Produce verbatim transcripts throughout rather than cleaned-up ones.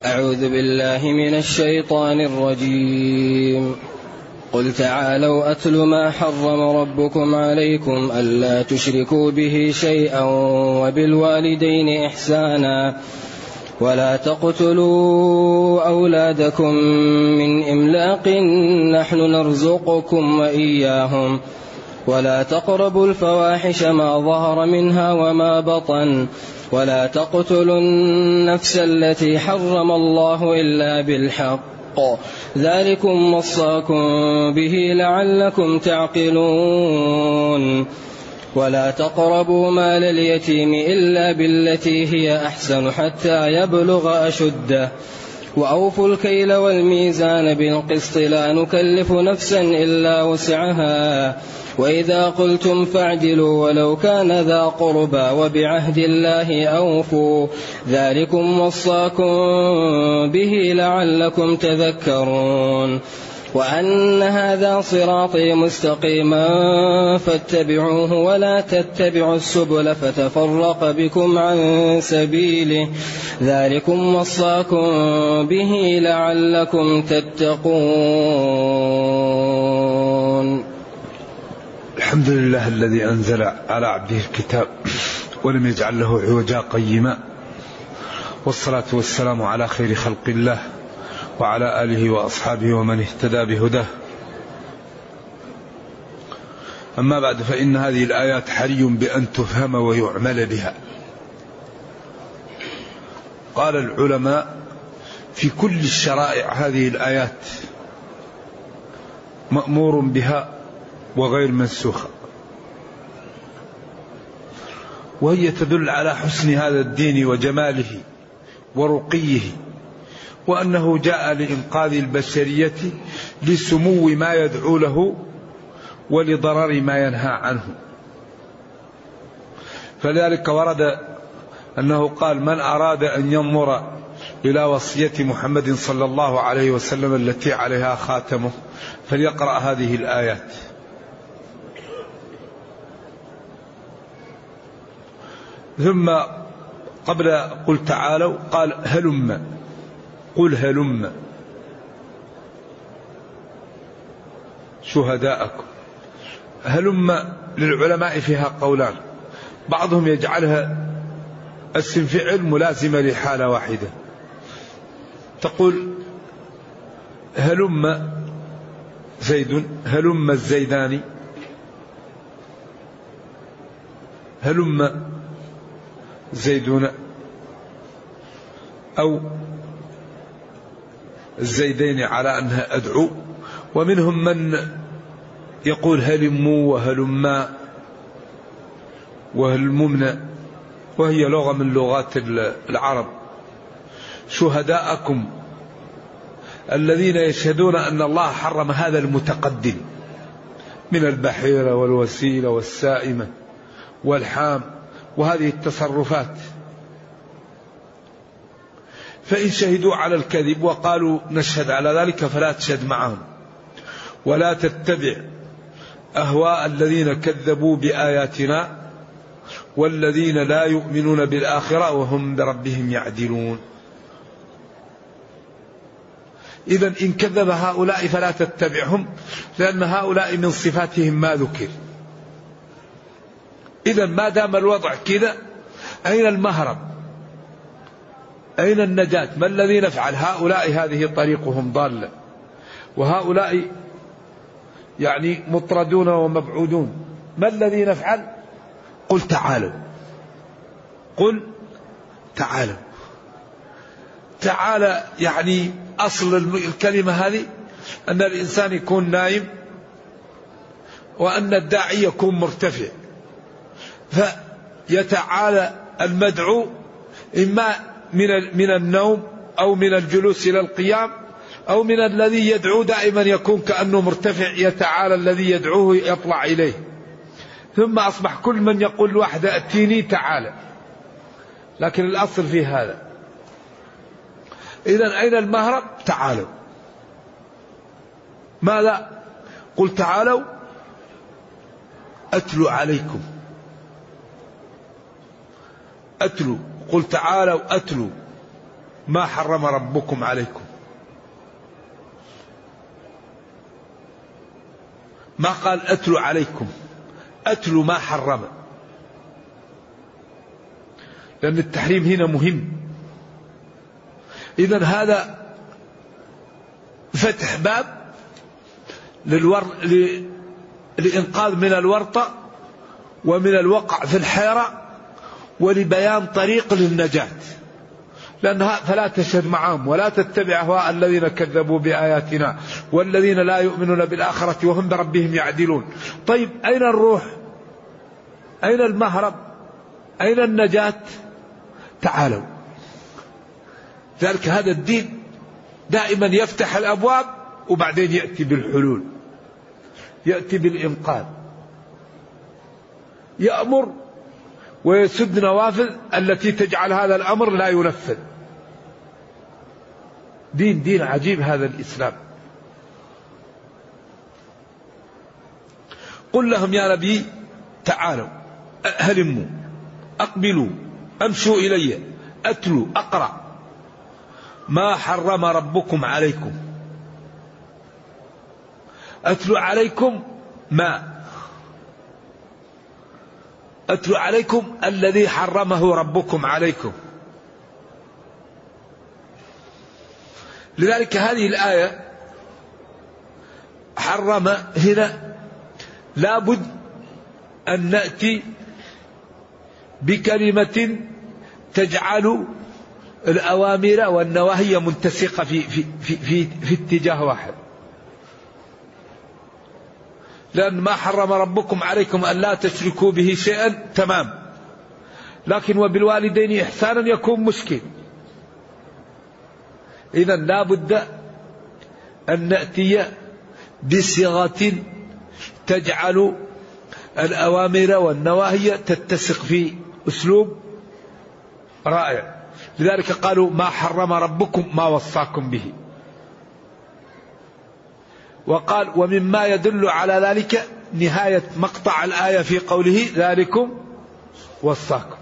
أعوذ بالله من الشيطان الرجيم. قل تعالوا أتل ما حرم ربكم عليكم ألا تشركوا به شيئا وبالوالدين إحسانا ولا تقتلوا أولادكم من إملاق نحن نرزقكم وإياهم ولا تقربوا الفواحش ما ظهر منها وما بطن ولا تقتلوا النفس التي حرم الله إلا بالحق ذلكم وصاكم به لعلكم تعقلون ولا تقربوا مال اليتيم إلا بالتي هي أحسن حتى يبلغ أشده وأوفوا الكيل والميزان بالقسط لا نكلف نفسا إلا وسعها وإذا قلتم فاعدلوا ولو كان ذا قربى وبعهد الله أوفوا ذلكم وصاكم به لعلكم تذكرون وأن هذا صراطي مستقيما فاتبعوه ولا تتبعوا السبل فتفرق بكم عن سبيله ذلكم وصاكم به لعلكم تتقون. الحمد لله الذي أنزل على عبده الكتاب ولم يجعل له عوجا قيما، والصلاة والسلام على خير خلق الله وعلى آله وأصحابه ومن اهتدى بهداه. أما بعد، فإن هذه الآيات حري بأن تفهم ويعمل بها. قال العلماء في كل الشرائع هذه الآيات مأمور بها وغير منسوخة، وهي تدل على حسن هذا الدين وجماله ورقيه، وأنه جاء لإنقاذ البشرية لسمو ما يدعو له ولضرر ما ينهى عنه. فلذلك ورد أنه قال: من أراد أن ينظر إلى وصية محمد صلى الله عليه وسلم التي عليها خاتمه فليقرأ هذه الآيات. ثم قبل قل تعالوا قال هلم، قل هلم شهداءكم. هلم للعلماء فيها قولان، بعضهم يجعلها اسم فعل ملازمة لحالة واحدة، تقول هلم زيد، هلم الزيدان، هلم زيدون، أو الزيدين على أنها أدعو. ومنهم من يقول هلموا وهلما وهلممنا، وهي لغة من لغات العرب. شهداءكم الذين يشهدون أن الله حرم هذا المتقدم من البحيرة والوسيلة والسائمة والحام وهذه التصرفات، فإن شهدوا على الكذب وقالوا نشهد على ذلك فلا تشهد معهم، ولا تتبع أهواء الذين كذبوا بآياتنا والذين لا يؤمنون بالآخرة وهم بربهم يعدلون. إذن إن كذب هؤلاء فلا تتبعهم، لأن هؤلاء من صفاتهم ما ذكر. إذن ما دام الوضع كذا، أين المهرب؟ أين النجاة؟ ما الذي نفعل؟ هؤلاء هذه طريقهم ضالة، وهؤلاء يعني مطردون ومبعودون. ما الذي نفعل؟ قل تعالوا، قل تعالوا. تعالى يعني أصل الكلمة هذه أن الإنسان يكون نايم وأن الداعي يكون مرتفع، فيتعالى المدعو إما من من النوم أو من الجلوس إلى القيام، أو من الذي يدعو دائما يكون كأنه مرتفع، يتعالى الذي يدعوه يطلع إليه. ثم أصبح كل من يقول لوحده أتيني تعالى، لكن الأصل في هذا. إذن أين المهرب؟ تعالوا. ماذا؟ قل تعالوا أتلو عليكم، أتلو، قل تعالوا أتلو ما حرم ربكم عليكم. ما قال أتلو عليكم، أتلو ما حرم، لأن التحريم هنا مهم. إذن هذا فتح باب للور... للإنقاذ من الورطة ومن الوقع في الحيرة، ولبيان طريق للنجاة. لأنها فلا تشهد معهم ولا تتبع أهواء الذين كذبوا بآياتنا والذين لا يؤمنون بالآخرة وهم بربهم يعدلون. طيب أين الروح؟ أين المهرب؟ أين النجاة؟ تعالوا. ذلك هذا الدين دائما يفتح الأبواب وبعدين يأتي بالحلول، يأتي بالإنقاذ، يأمر ويسد نوافذ التي تجعل هذا الأمر لا ينفذ. دين دين عجيب هذا الإسلام. قل لهم يا نبي تعالوا، هلموا، أقبلوا، أمشوا إلي، أتلوا، أقرأ ما حرم ربكم عليكم. أتلو عليكم ما أتلو عليكم الذي حرمه ربكم عليكم. لذلك هذه الآية حرم هنا لابد أن نأتي بكلمة تجعل الأوامر والنواهي متسقة في, في, في, في, في اتجاه واحد. لأن ما حرم ربكم عليكم أن لا تشركوا به شيئا تمام، لكن وبالوالدين إحسانا يكون مشكل. إذن لا بد أن نأتي بصيغة تجعل الأوامر والنواهي تتسق في أسلوب رائع. لذلك قالوا ما حرم ربكم ما وصاكم به. وقال ومما يدل على ذلك نهاية مقطع الآية في قوله ذلكم وصاكم.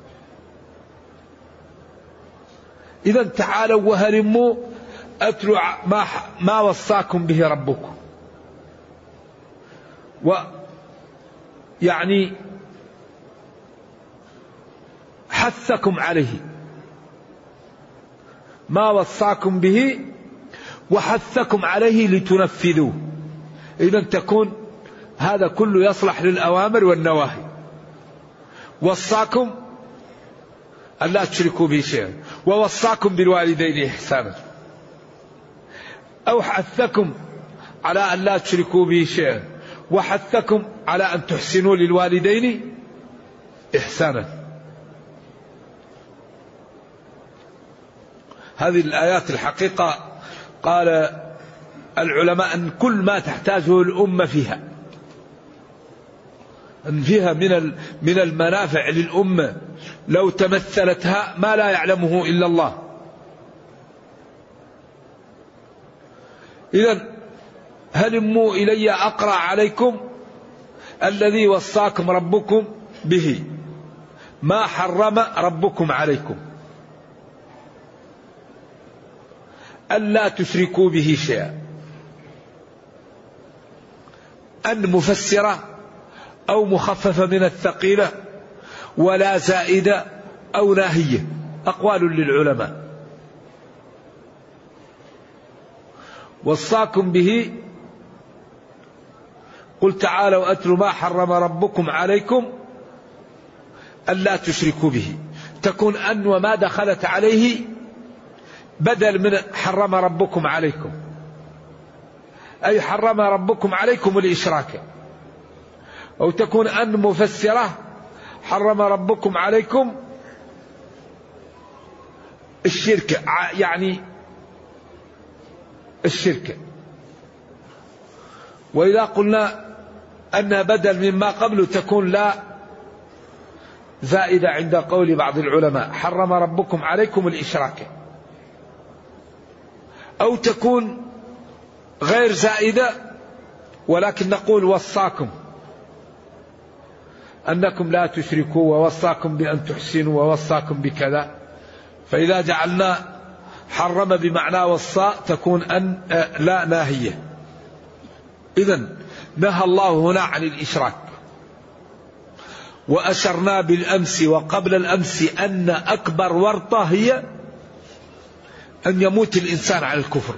إذن تعالوا وهلموا أتلوا ما, ما وصاكم به ربكم، ويعني حثكم عليه، ما وصاكم به وحثكم عليه لتنفذوه. إذن تكون هذا كله يصلح للأوامر والنواهي. وصاكم أن لا تشركوا به شيئا، ووصاكم بالوالدين إحسانا، أو حثكم على أن لا تشركوا به شيئا، وحثكم على أن تحسنوا للوالدين إحسانا. هذه الآيات الحقيقة قال العلماء أن كل ما تحتاجه الأمة فيها، أن فيها من من المنافع للأمة لو تمثلتها ما لا يعلمه إلا الله. إذن هلموا إلي أقرأ عليكم الذي وصاكم ربكم به ما حرم ربكم عليكم ألا تشركوا به شيئا. أن مفسرة أو مخففة من الثقيلة، ولا زائدة أو ناهية، أقوال للعلماء. وصاكم به قل تعالوا أتلوا ما حرم ربكم عليكم ألا تشركوا به، تكون أن وما دخلت عليه بدل من حرم ربكم عليكم، أي حرم ربكم عليكم الإشراك. أو تكون أن مفسرة حرم ربكم عليكم الشرك، يعني الشرك. وإذا قلنا أن بدل مما قبله تكون لا زائدة عند قول بعض العلماء، حرم ربكم عليكم الإشراك. أو تكون غير زائدة ولكن نقول وصاكم أنكم لا تشركوا، ووصاكم بأن تحسنوا، ووصاكم بكذا. فإذا جعلنا حرم بمعنى والصاء تكون أن لا ناهية. إذن نهى الله هنا عن الإشراك. وأشرنا بالأمس وقبل الأمس أن أكبر ورطة هي أن يموت الإنسان على الكفر.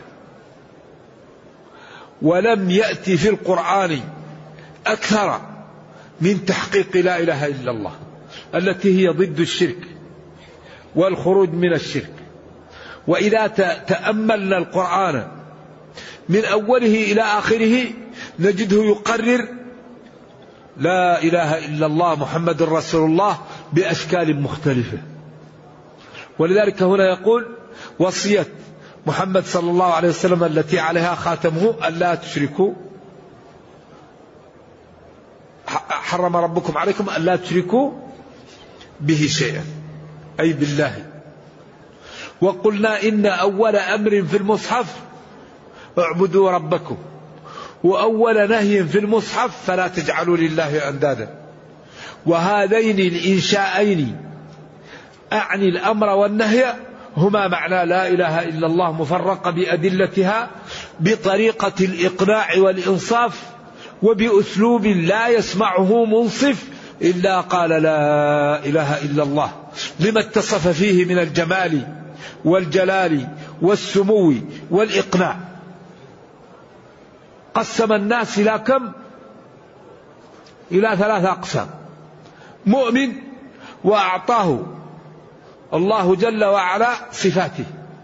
ولم يأتي في القرآن أكثر من تحقيق لا إله إلا الله التي هي ضد الشرك والخروج من الشرك. وإذا تأملنا القرآن من أوله إلى آخره نجده يقرر لا إله إلا الله محمد رسول الله بأشكال مختلفة. ولذلك هنا يقول وصية محمد صلى الله عليه وسلم التي عليها خاتمه ألا تشركوا، حرم ربكم عليكم ألا تشركوا به شيئا أي بالله. وقلنا إن أول أمر في المصحف اعبدوا ربكم، وأول نهي في المصحف فلا تجعلوا لله أندادا. وهذين الإنشاءين أعني الأمر والنهي هما معنى لا إله إلا الله مفرقة بأدلتها بطريقة الإقناع والإنصاف وبأسلوب لا يسمعه منصف إلا قال لا إله إلا الله لما اتصف فيه من الجمال والجلال والسمو والإقناع. قسم الناس إلى كم؟ إلى ثلاثة أقسام: مؤمن وأعطاه الله جل وعلا صفاته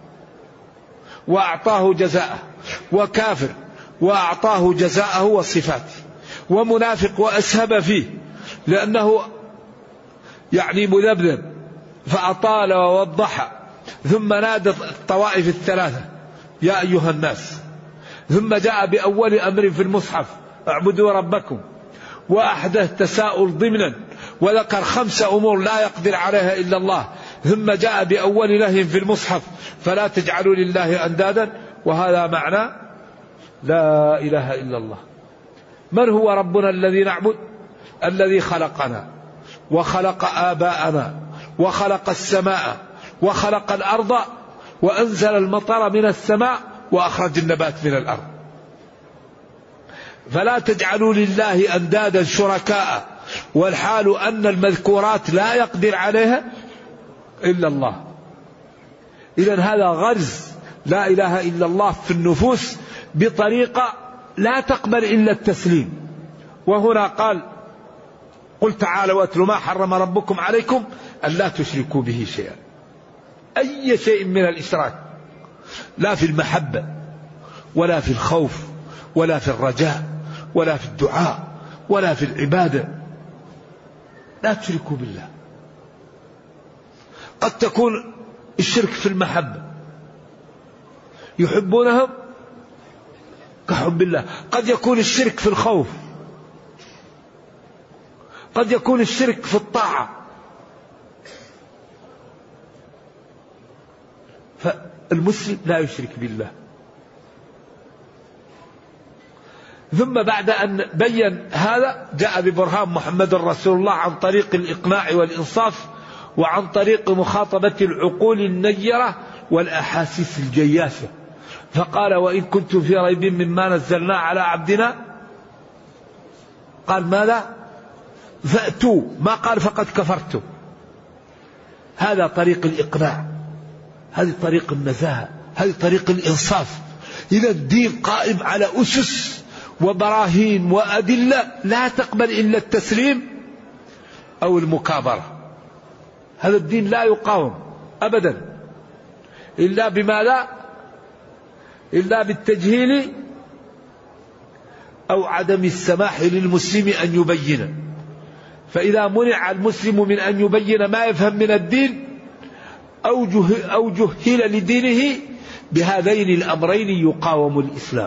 وأعطاه جزاءه، وكافر وأعطاه جزاءه وصفاته، ومنافق وأسهب فيه لأنه يعني مذبذب فأطال ووضح، ثم نادى الطوائف الثلاثة يا أيها الناس، ثم جاء بأول أمر في المصحف اعبدوا ربكم، وأحدث تساؤل ضمنا وذكر خمس أمور لا يقدر عليها إلا الله، ثم جاء بأول نهي في المصحف فلا تجعلوا لله أندادا. وهذا معنى لا إله إلا الله. من هو ربنا الذي نعبد؟ الذي خلقنا وخلق آباءنا وخلق السماء وخلق الأرض وأنزل المطر من السماء وأخرج النبات من الأرض. فلا تجعلوا لله أندادا شركاء، والحال أن المذكورات لا يقدر عليها إلا الله. إذن هذا غرز لا إله إلا الله في النفوس بطريقة لا تقبل إلا التسليم. وهنا قال قل تعالوا واتلوا ما حرم ربكم عليكم ألا تشركوا به شيئا، أي شيء من الإشراك، لا في المحبة ولا في الخوف ولا في الرجاء ولا في الدعاء ولا في العبادة، لا تشركوا بالله. قد تكون الشرك في المحبة، يحبونهم كحب الله. قد يكون الشرك في الخوف، قد يكون الشرك في الطاعة. فالمسلم لا يشرك بالله. ثم بعد أن بين هذا جاء ببرهان محمد رسول الله عن طريق الإقناع والإنصاف، وعن طريق مخاطبة العقول النيرة والأحاسيس الجياشة. فقال وإن كنتم في ريب مما نزلنا على عبدنا، قال ماذا؟ فأتوا، ما قال فقد كفرتم. هذا طريق الإقناع، هذه طريق النزاهة، هذه طريق الإنصاف. إذا الدين قائم على أسس وبراهين وأدلة لا تقبل إلا التسليم أو المكابرة. هذا الدين لا يقاوم أبدا إلا بما لا إلا بالتجهيل أو عدم السماح للمسلم أن يبين. فإذا منع المسلم من أن يبين ما يفهم من الدين أو جه أو جهل لدينه بهذين الأمرين يقاوم الإسلام: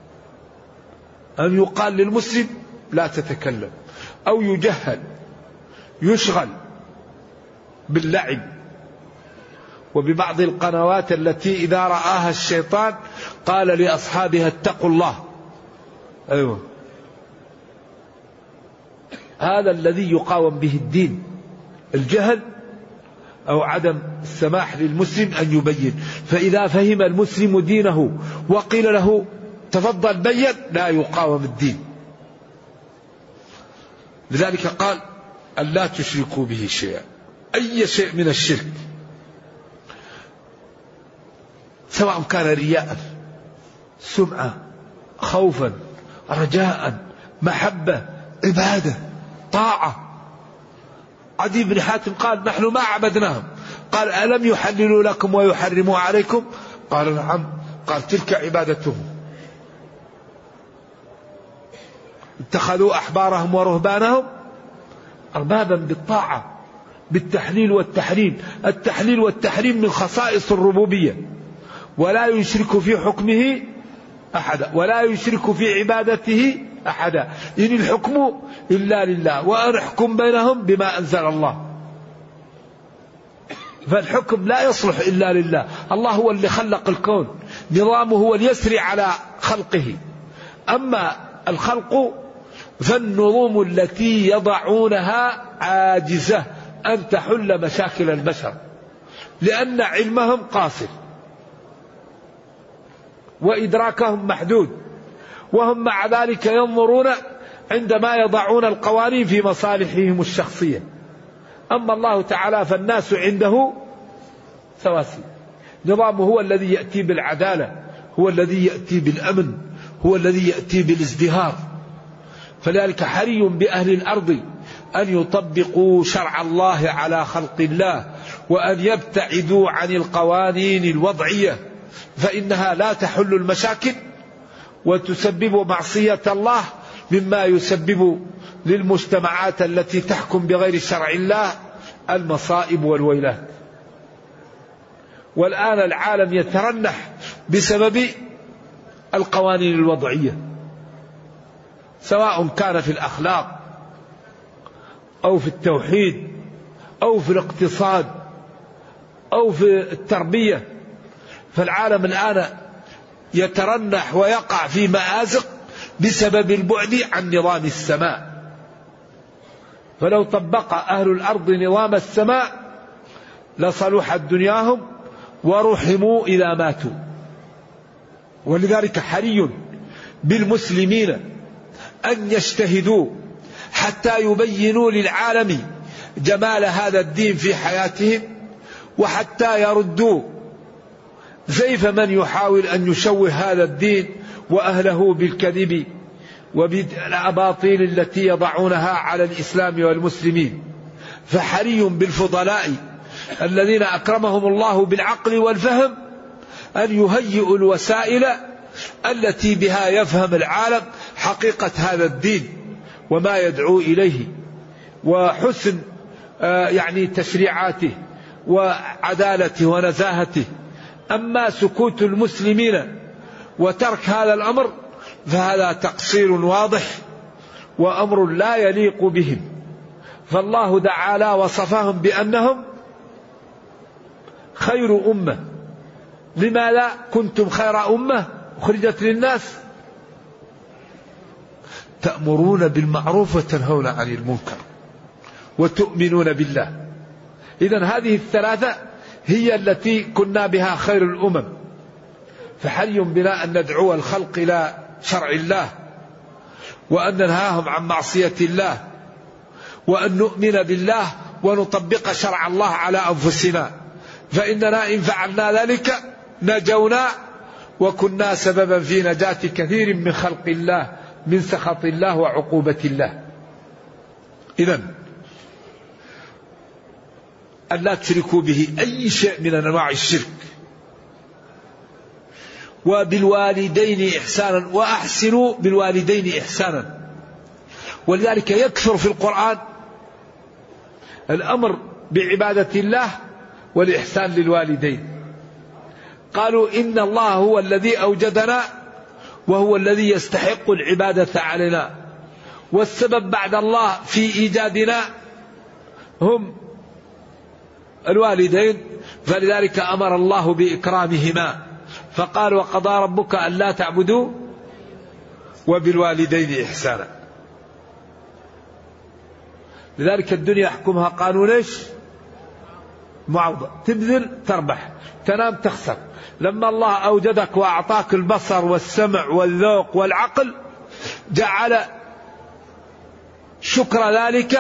أن يقال للمسلم لا تتكلم، أو يجهل يشغل باللعب وببعض القنوات التي إذا رآها الشيطان قال لأصحابها اتقوا الله. أيوة، هذا الذي يقاوم به الدين: الجهل أو عدم السماح للمسلم أن يبين. فإذا فهم المسلم دينه وقيل له تفضل بين لا يقاوم الدين. لذلك قال أن لا تشركوا به شيئا، أي شيء من الشرك سواء كان رياء، سمعة، خوفا، رجاء، محبة، عبادة، طاعة. عدي بن حاتم قال نحن ما عبدناهم، قال ألم يحللوا لكم ويحرموا عليكم؟ قال نعم، قال تلك عبادتهم. اتخذوا أحبارهم ورهبانهم أربابا بالطاعة بالتحليل والتحريم. التحليل والتحريم من خصائص الربوبية، ولا يشرك في حكمه أحدا ولا يشرك في عبادته أحدا، إن الحكم إلا لله وأن احكم بينهم بما أنزل الله. فالحكم لا يصلح إلا لله. الله هو اللي خلق الكون، نظامه هو اللي يسري على خلقه. أما الخلق فالنظم التي يضعونها عاجزة أن تحل مشاكل البشر، لأن علمهم قاصر وإدراكهم محدود، وهم مع ذلك ينظرون عندما يضعون القوانين في مصالحهم الشخصية. أما الله تعالى فالناس عنده سواسية. نظامه هو الذي يأتي بالعدالة، هو الذي يأتي بالأمن، هو الذي يأتي بالازدهار. فلذلك حري بأهل الأرض أن يطبقوا شرع الله على خلق الله، وأن يبتعدوا عن القوانين الوضعية، فإنها لا تحل المشاكل وتسبب معصية الله، مما يسبب للمجتمعات التي تحكم بغير شرع الله المصائب والويلات. والآن العالم يترنح بسبب القوانين الوضعية، سواء كان في الأخلاق أو في التوحيد أو في الاقتصاد أو في التربية. فالعالم الآن يترنح ويقع في مآزق بسبب البعد عن نظام السماء. فلو طبق أهل الأرض نظام السماء لصلحت دنياهم ورحموا إذا ماتوا. ولذلك حري بالمسلمين أن يجتهدوا حتى يبينوا للعالم جمال هذا الدين في حياتهم، وحتى يردوا زيف من يحاول أن يشوه هذا الدين وأهله بالكذب وبالأباطيل التي يضعونها على الإسلام والمسلمين. فحري بالفضلاء الذين أكرمهم الله بالعقل والفهم أن يهيئوا الوسائل التي بها يفهم العالم حقيقة هذا الدين وما يدعو إليه، وحسن يعني تشريعاته وعدالته ونزاهته. أما سكوت المسلمين وترك هذا الأمر فهذا تقصير واضح وأمر لا يليق بهم. فالله تعالى وصفهم بأنهم خير أمة. لماذا؟ كنتم خير أمة أخرجت للناس تأمرون بالمعروف وتنهون عن المنكر وتؤمنون بالله. إذن هذه الثلاثة هي التي كنا بها خير الأمم. فحري بنا أن ندعو الخلق إلى شرع الله، وأن ننهاهم عن معصية الله، وأن نؤمن بالله ونطبق شرع الله على أنفسنا. فإننا إن فعلنا ذلك نجونا وكنا سببا في نجاة كثير من خلق الله من سخط الله وعقوبة الله. إذن أن لا تشركوا به أي شيء من أنواع الشرك، وبالوالدين إحسانا وأحسنوا بالوالدين إحسانا. ولذلك يكثر في القرآن الأمر بعبادة الله والإحسان للوالدين. قالوا إن الله هو الذي أوجدنا وهو الذي يستحق العبادة علينا، والسبب بعد الله في إيجادنا هم الوالدين، فلذلك أمر الله بإكرامهما فقال وقضى ربك ألا تعبدوا وبالوالدين إحسانا. لذلك الدنيا يحكمها قانون إيش؟ معوضة، تبذل تربح، تنام تخسر. لما الله أوجدك وأعطاك البصر والسمع والذوق والعقل جعل شكر ذلك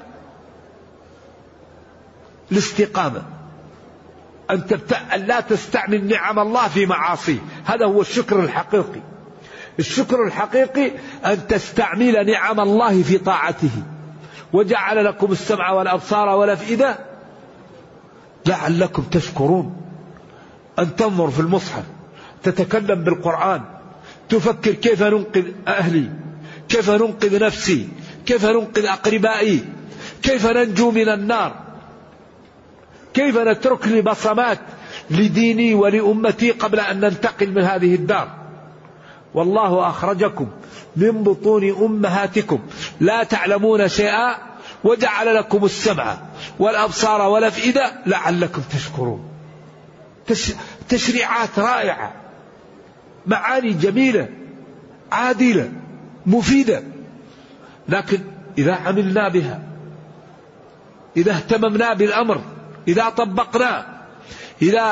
الاستقامة، أن تبتأ لا تستعمل نعم الله في معاصيه، هذا هو الشكر الحقيقي. الشكر الحقيقي أن تستعمل نعم الله في طاعته. وجعل لكم السمع والأبصار والأفئدة لعلكم تشكرون. أن تنظر في المصحف، تتكلم بالقرآن، تفكر كيف ننقذ أهلي، كيف ننقذ نفسي، كيف ننقذ أقربائي، كيف ننجو من النار، كيف نترك لي بصمات لديني ولأمتي قبل أن ننتقل من هذه الدار. والله أخرجكم من بطون أمهاتكم لا تعلمون شيئا وجعل لكم السمع والأبصار والأفئدة لعلكم تشكرون. تش... تشريعات رائعة، معاني جميلة عادلة مفيدة، لكن إذا عملنا بها، إذا اهتممنا بالأمر، إذا طبقنا، إذا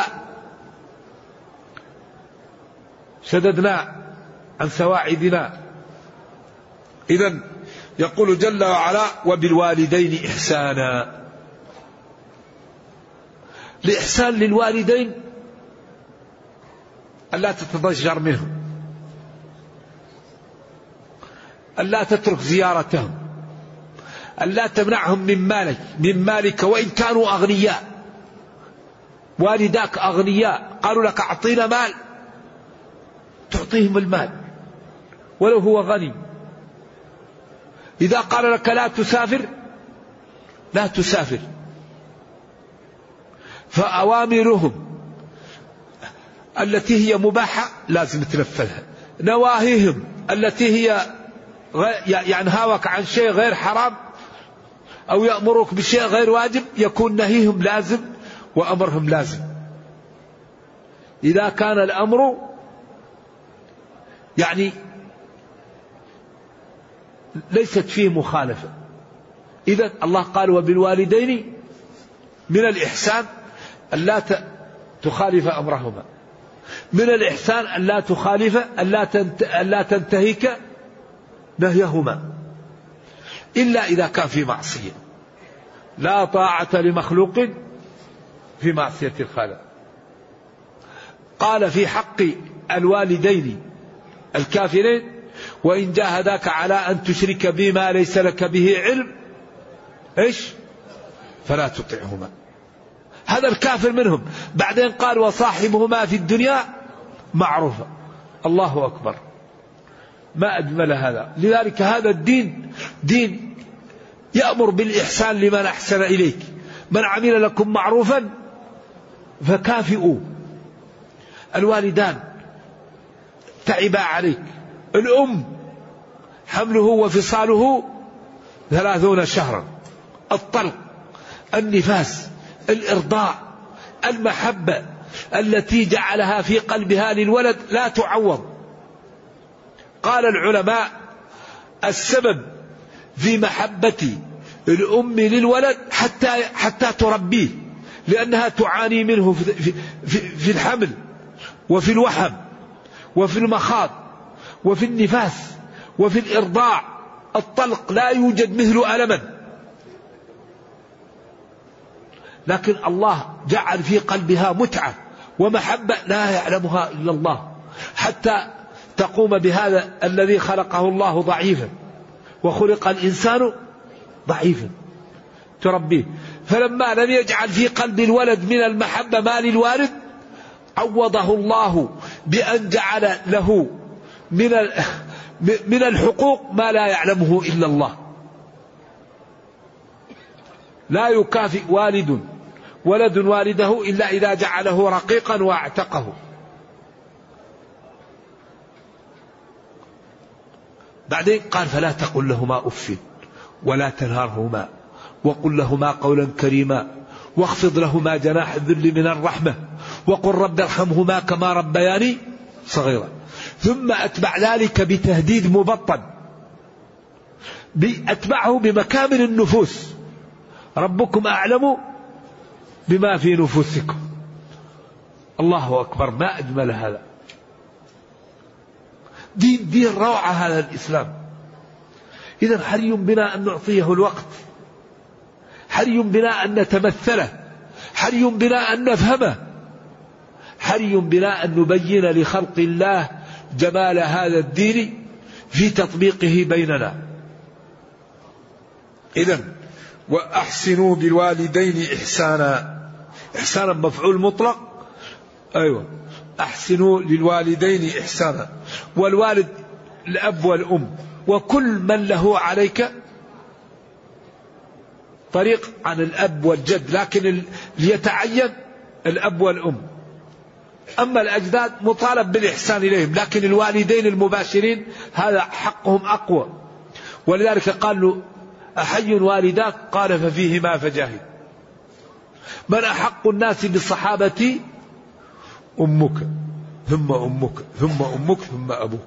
شددنا عن سواعدنا. إذن يقول جل وعلا وبالوالدين إحسانا. الإحسان للوالدين ألا تتضجر منهم، ألا تترك زيارتهم، ألا تمنعهم من مالك من مالك وإن كانوا أغنياء. والداك أغنياء قالوا لك أعطينا مال، تعطيهم المال ولو هو غني. إذا قال لك لا تسافر لا تسافر. فأوامرهم التي هي مباحة لازم تنفذها، نواهيهم التي هي يعني هاوك عن شيء غير حرام أو يأمرك بشيء غير واجب يكون نهيهم لازم وأمرهم لازم. إذا كان الأمر يعني ليست فيه مخالفة، إذا الله قال وبالوالدين من الإحسان ألا تخالف أمرهما، من الإحسان ألا تخالف ألا تنتهك نهيهما، إلا إذا كان في معصية. لا طاعة لمخلوق في معصية الخالق. قال في حق الوالدين الكافرين وإن جاهداك على أن تشرك بما ليس لك به علم إيش فلا تطعهما. هذا الكافر منهم. بعدين قال وصاحبهما في الدنيا معروفة. الله أكبر، ما أجمل هذا. لذلك هذا الدين دين يأمر بالإحسان لمن أحسن إليك. من عمل لكم معروفا فكافئوا. الوالدان تعبا عليك. الأم حمله وفصاله ثلاثون شهرا. الطلق، النفاس، الإرضاع، المحبة التي جعلها في قلبها للولد لا تعوض. قال العلماء السبب في محبة الأم للولد حتى حتى تربيه، لأنها تعاني منه في, في, في الحمل وفي الوحم وفي المخاض وفي النفاس وفي الإرضاع. الطلق لا يوجد مثل ألما، لكن الله جعل في قلبها متعة ومحبة لا يعلمها إلا الله، حتى تقوم بهذا الذي خلقه الله ضعيفا وخلق الإنسان ضعيفا تربيه. فلما لم يجعل في قلب الولد من المحبة ما للوالد عوضه الله بأن جعل له من من الحقوق ما لا يعلمه إلا الله. لا يكافئ والد ولد والده إلا إذا جعله رقيقا واعتقه. بعدين قال فلا تقل لهما أف ولا تنهرهما وقل لهما قولا كريما واخفض لهما جناح الذل من الرحمة وقل رب ارحمهما كما ربياني صغيرا. ثم أتبع ذلك بتهديد مبطن، أتبعه بمكامن النفوس. ربكم أعلم بما في نفوسكم. الله أكبر، ما أجمل هذا. دين دين روعة هذا الإسلام. إذن حري بنا أن نعطيه الوقت، حري بنا أن نتمثله، حري بنا أن نفهمه، حري بنا أن نبين لخلق الله جمال هذا الدين في تطبيقه بيننا. إذن وأحسنوا بالوالدين إحسانا. إحسانا مفعول مطلق، أيوة، أحسنوا للوالدين إحسانا. والوالد الأب والأم وكل من له عليك طريق عن الأب والجد، لكن ليتعين الأب والأم. أما الأجداد مطالب بالإحسان إليهم، لكن الوالدين المباشرين هذا حقهم أقوى. ولذلك قال له أحي والداك؟ قال ففيهما فجاهد. من أحق الناس بالصحابة؟ أمك ثم أمك ثم أمك ثم أبوك.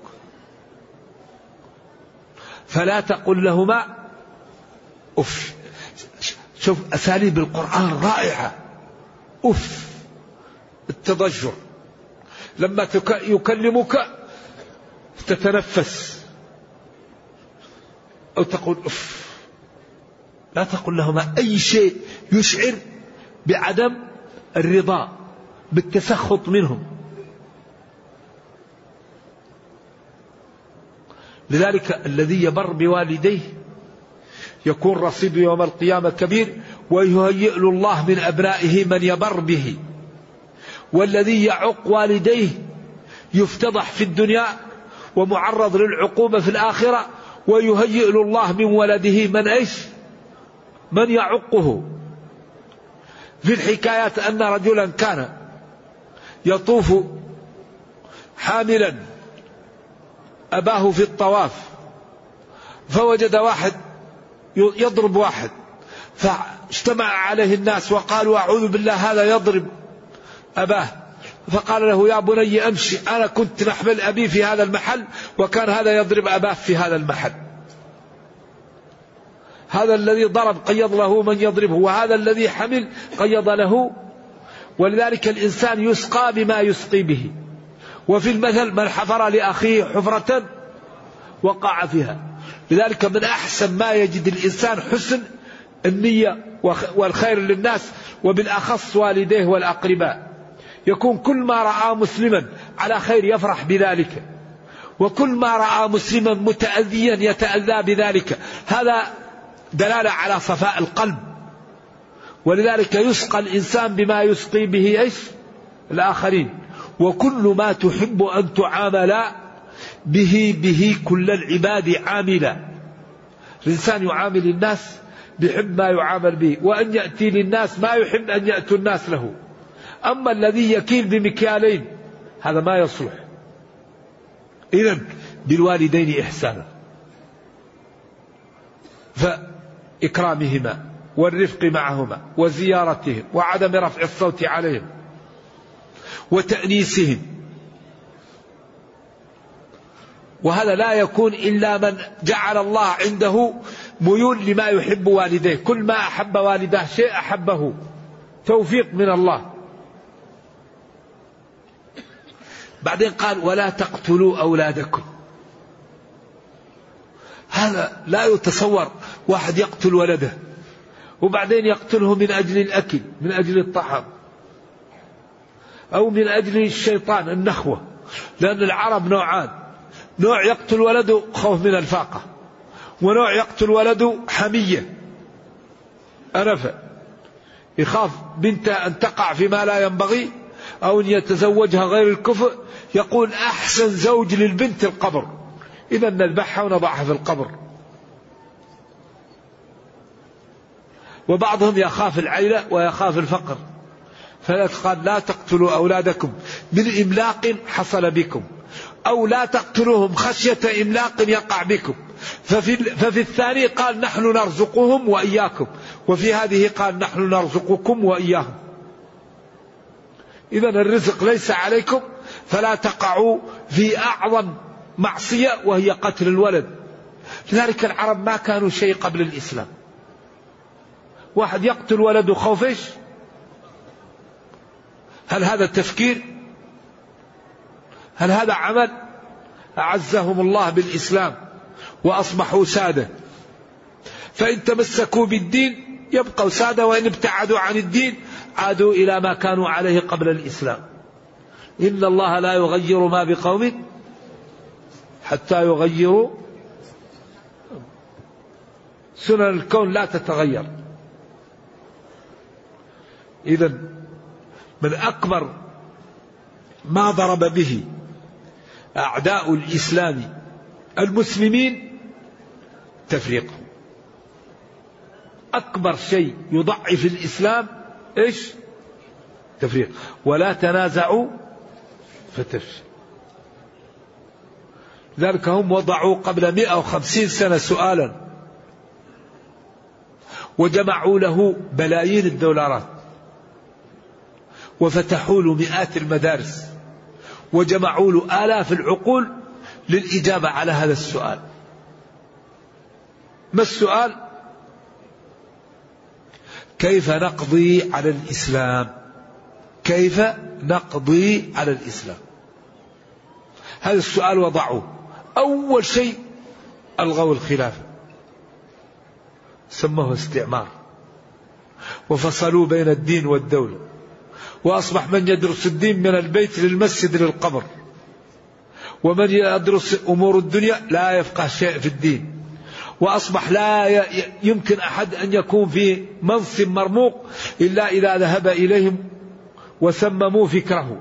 فلا تقل لهما أف. شوف أساليب القرآن رائعة. أف، التضجر. لما يكلمك تتنفس أو تقول أف. لا تقل لهما أي شيء يشعر بعدم الرضا، بالتسخط منهم. لذلك الذي يبر بوالديه يكون رصيد يوم القيامة كبير، ويهيئ له الله من أبنائه من يبر به. والذي يعق والديه يفتضح في الدنيا ومعرض للعقوبة في الآخرة، ويهيئ له الله من ولده من ايش؟ من يعقه. في الحكايات أن رجلا كان يطوف حاملا أباه في الطواف، فوجد واحد يضرب واحد، فاجتمع عليه الناس وقالوا أعوذ بالله هذا يضرب أباه. فقال له يا بني أمشي، أنا كنت نحمل أبي في هذا المحل وكان هذا يضرب أباه في هذا المحل. هذا الذي ضرب قيض له من يضربه، وهذا الذي حمل قيض له. ولذلك الإنسان يسقى بما يسقي به. وفي المثل من حفر لأخيه حفرة وقع فيها. لذلك من أحسن ما يجد الإنسان حسن النية والخير للناس، وبالأخص والديه والأقرباء. يكون كل ما رأى مسلما على خير يفرح بذلك، وكل ما رأى مسلما متأذيا يتأذى بذلك. هذا دلالة على صفاء القلب. ولذلك يسقى الإنسان بما يسقي به إيش؟ الآخرين. وكل ما تحب أن تعامل به به كل العباد عاملا. الإنسان يعامل الناس بيحب ما يعامل به، وأن يأتي للناس ما يحب أن يأتوا الناس له. أما الذي يكيل بمكيالين هذا ما يصلح. إذن بالوالدين إحسانا، فإكرامهما والرفق معهما وزيارتهم وعدم رفع الصوت عليهم وتأنيسهم. وهذا لا يكون إلا من جعل الله عنده ميول لما يحب والديه. كل ما أحب والداه شيء أحبه، توفيق من الله. بعدين قال ولا تقتلوا أولادكم. هذا لا يتصور، واحد يقتل ولده وبعدين يقتله من أجل الأكل، من أجل الطعام، أو من أجل الشيطان النخوة. لأن العرب نوعان: نوع يقتل ولده خوف من الفاقة، ونوع يقتل ولده حمية أنفة، يخاف بنته أن تقع فيما لا ينبغي أو أن يتزوجها غير الكفء. يقول أحسن زوج للبنت القبر، إذا نذبحها ونضعها في القبر. وبعضهم يخاف العيلة ويخاف الفقر، فقال لا تقتلوا أولادكم من إملاق حصل بكم، أو لا تقتلوهم خشية إملاق يقع بكم. ففي, ففي الثاني قال نحن نرزقهم وإياكم، وفي هذه قال نحن نرزقكم وإياهم. إذا الرزق ليس عليكم، فلا تقعوا في أعظم معصية وهي قتل الولد. لذلك العرب ما كانوا شيء قبل الإسلام. واحد يقتل ولده خوف إيش؟ هل هذا تفكير؟ هل هذا عمل؟ أعزهم الله بالإسلام وأصبحوا سادة، فإن تمسكوا بالدين يبقوا سادة، وإن ابتعدوا عن الدين عادوا إلى ما كانوا عليه قبل الإسلام. إن الله لا يغير ما بقوم حتى يغيروا، سنن الكون لا تتغير. إذن من أكبر ما ضرب به أعداء الإسلام المسلمين تفريقه. أكبر شيء يضعف الإسلام إيش؟ تفريق. ولا تنازعوا فتفشل. ذلك هم وضعوا قبل مئة وخمسين سنة سؤالا وجمعوا له بلايين الدولارات وفتحوا له مئات المدارس وجمعوا له آلاف العقول للإجابة على هذا السؤال. ما السؤال؟ كيف نقضي على الإسلام؟ كيف نقضي على الإسلام؟ هذا السؤال وضعوه. أول شيء ألغوا الخلافة، سموه استعمار، وفصلوا بين الدين والدولة، وأصبح من يدرس الدين من البيت للمسجد للقبر، ومن يدرس أمور الدنيا لا يفقه شيء في الدين، وأصبح لا يمكن أحد أن يكون في منصب مرموق إلا إذا ذهب إليهم وسمموا فكره.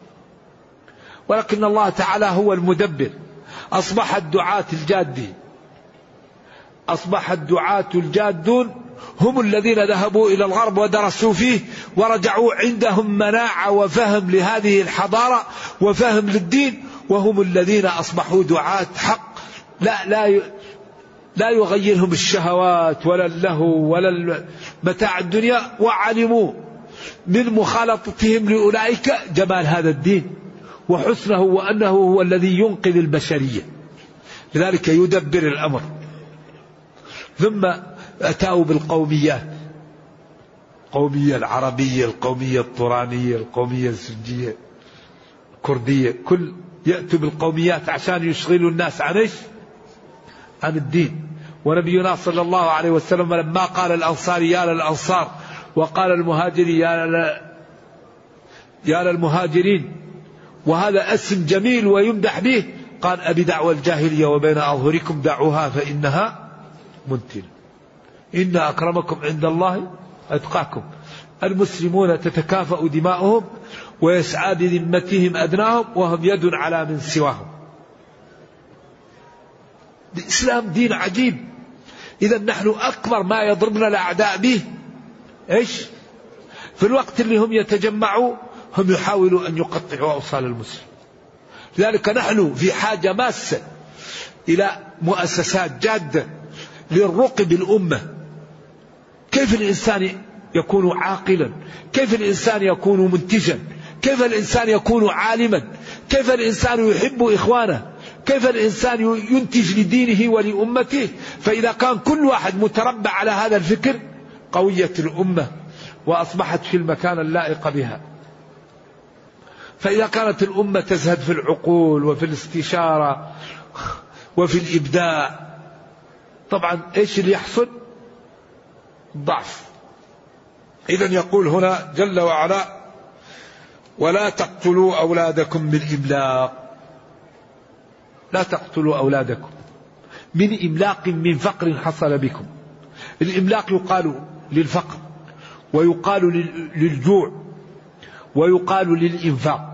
ولكن الله تعالى هو المدبر. أصبح الدعاة الجادين، أصبح الدعاة الجادون هم الذين ذهبوا إلى الغرب ودرسوا فيه ورجعوا عندهم مناعة وفهم لهذه الحضارة وفهم للدين، وهم الذين أصبحوا دعاة حق. لا لا لا يغيرهم الشهوات ولا اللهو ولا متاع الدنيا، وعلموا من مخالطتهم لأولئك جمال هذا الدين وحسنه وأنه هو الذي ينقذ البشرية. لذلك يدبر الأمر. ثم أتوا بالقوميات، القومية العربية، القومية الطورانية، القومية السجية، الكردية، كل يأتوا بالقوميات عشان يشغلوا الناس عن إيش؟ عن الدين. ونبينا صلى الله عليه وسلم لما قال الأنصار يا للأنصار وقال المهاجرين يا ل... يا للمهاجرين، وهذا اسم جميل ويمدح به، قال أبي دعوى الجاهلية وبين أظهركم دعوها فإنها منتنة. إن أكرمكم عند الله أتقاكم. المسلمون تتكافأ دماؤهم ويسعى بذمتهم أدناهم وهم يد على من سواهم. الإسلام دين عجيب. إذا نحن أكبر ما يضربنا الأعداء به إيش؟ في الوقت اللي هم يتجمعوا هم يحاولوا أن يقطعوا أوصال المسلم. لذلك نحن في حاجة ماسة إلى مؤسسات جادة للرقي بالأمة. كيف الإنسان يكون عاقلا؟ كيف الإنسان يكون منتجا؟ كيف الإنسان يكون عالما؟ كيف الإنسان يحب إخوانه؟ كيف الإنسان ينتج لدينه ولأمته؟ فإذا كان كل واحد متربع على هذا الفكر قوية الأمة وأصبحت في المكان اللائق بها. فإذا كانت الأمة تزهد في العقول وفي الاستشارة وفي الإبداع، طبعا إيش اللي يحصل؟ ضعف. إذن يقول هنا جل وعلا ولا تقتلوا أولادكم من إملاق. لا تقتلوا أولادكم من إملاق من فقر حصل بكم. الإملاق يقال للفقر ويقال للجوع ويقال للإنفاق.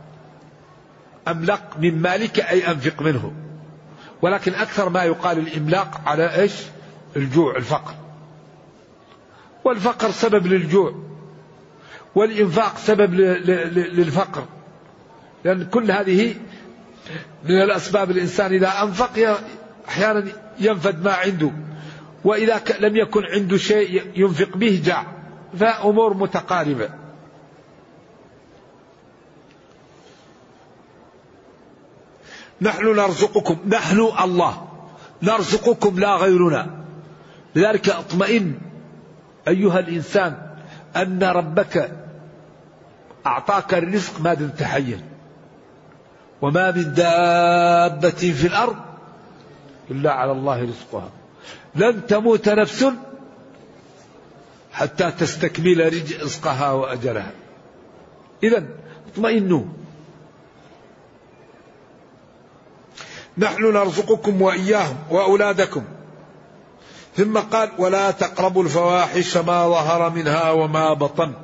أملق من مالك أي أنفق منه، ولكن أكثر ما يقال الإملاق على إيش؟ الجوع، الفقر. والفقر سبب للجوع والإنفاق سبب للفقر، لأن كل هذه من الأسباب. الإنسان إذا أنفق أحيانا ينفد ما عنده، وإذا لم يكن عنده شيء ينفق به جاع، فأمور متقاربة. نحن نرزقكم، نحن الله نرزقكم لا غيرنا. لذلك اطمئن أيها الإنسان أن ربك أعطاك الرزق ما دمت حيا. وما من دابة في الأرض إلا على الله رزقها. لن تموت نفس حتى تستكمل رزقها وأجلها. إذن اطمئنوا. نحن نرزقكم وإياهم وأولادكم. ثم قال ولا تقربوا الفواحش ما ظهر منها وما بطن.